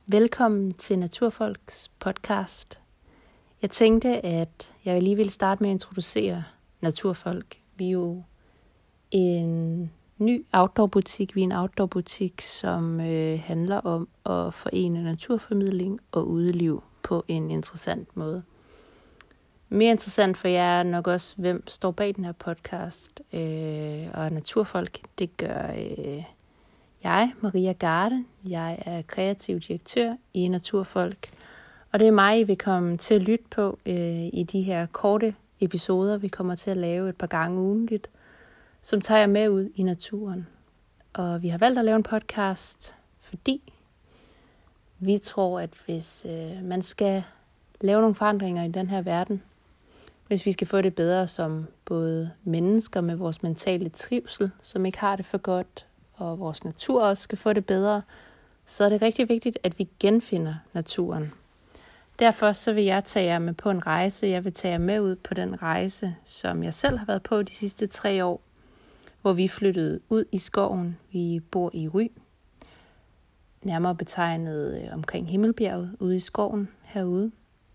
Velkommen til Naturfolks podcast. Jeg tænkte, at jeg lige ville starte med at introducere Naturfolk. Vi er jo en ny outdoor-butik. Vi er en outdoor-butik, som handler om at forene naturformidling og udeliv på en interessant måde. Mere interessant for jer er nok også, hvem står bag den her podcast. Og Naturfolk, det gør jeg, Maria Garde. Jeg er kreativ direktør i Naturfolk. Og det er mig, I vil komme til at lytte på i de her korte episoder, vi kommer til at lave et par gange ugentligt, som tager jer med ud i naturen. Og vi har valgt at lave en podcast, fordi vi tror, at hvis man skal lave nogle forandringer i den her verden, hvis vi skal få det bedre som både mennesker med vores mentale trivsel, som ikke har det for godt, og vores natur også skal få det bedre, så er det rigtig vigtigt, at vi genfinder naturen. Derfor så vil jeg tage jer med på en rejse. Jeg vil tage jer med ud på den rejse, som jeg selv har været på de sidste 3 år, hvor vi flyttede ud i skoven. Vi bor i Ry, nærmere betegnet omkring Himmelbjerget, ude i skoven herude.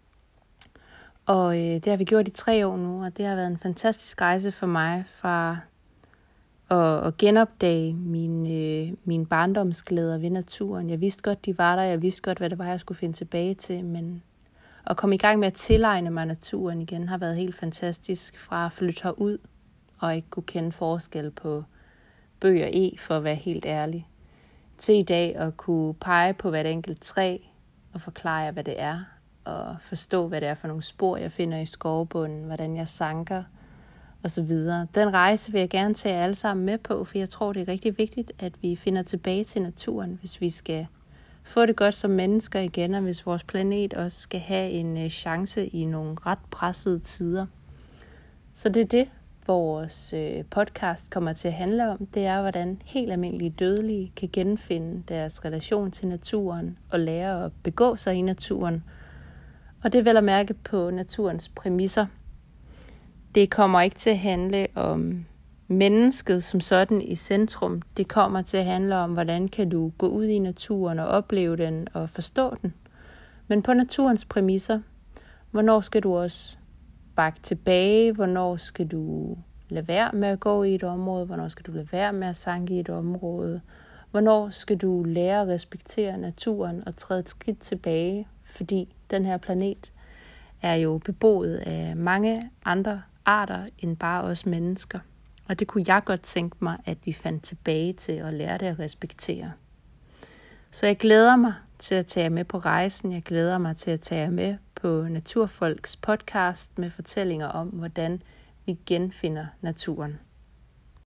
Og det har vi gjort i 3 år nu, og det har været en fantastisk rejse for mig fra at genopdage mine barndomsglæder ved naturen. Jeg vidste godt, de var der. Jeg vidste godt, hvad det var, jeg skulle finde tilbage til. Men at komme i gang med at tilegne mig naturen igen har været helt fantastisk. Fra at flytte herud og ikke kunne kende forskel på bøg og e, for at være helt ærlig, til i dag at kunne pege på hvert enkelt træ og forklare, hvad det er. Og forstå, hvad det er for nogle spor, jeg finder i skovbunden, hvordan jeg sanker og så videre. Den rejse vil jeg gerne tage alle sammen med på, for jeg tror, det er rigtig vigtigt, at vi finder tilbage til naturen, hvis vi skal få det godt som mennesker igen, og hvis vores planet også skal have en chance i nogle ret pressede tider. Så det er det, vores podcast kommer til at handle om. Det er, hvordan helt almindelige dødelige kan genfinde deres relation til naturen og lære at begå sig i naturen. Og det er vel at mærke på naturens præmisser. Det kommer ikke til at handle om mennesket som sådan i centrum. Det kommer til at handle om, hvordan kan du gå ud i naturen og opleve den og forstå den. Men på naturens præmisser, hvornår skal du også bakke tilbage? Hvornår skal du lade være med at gå i et område? Hvornår skal du lade være med at sanke i et område? Hvornår skal du lære at respektere naturen og træde et skridt tilbage? Fordi den her planet er jo beboet af mange andre arter end bare os mennesker. Og det kunne jeg godt tænke mig, at vi fandt tilbage til at lære det at respektere. Så jeg glæder mig til at tage jer med på rejsen. Jeg glæder mig til at tage jer med på Naturfolks podcast med fortællinger om, hvordan vi genfinder naturen.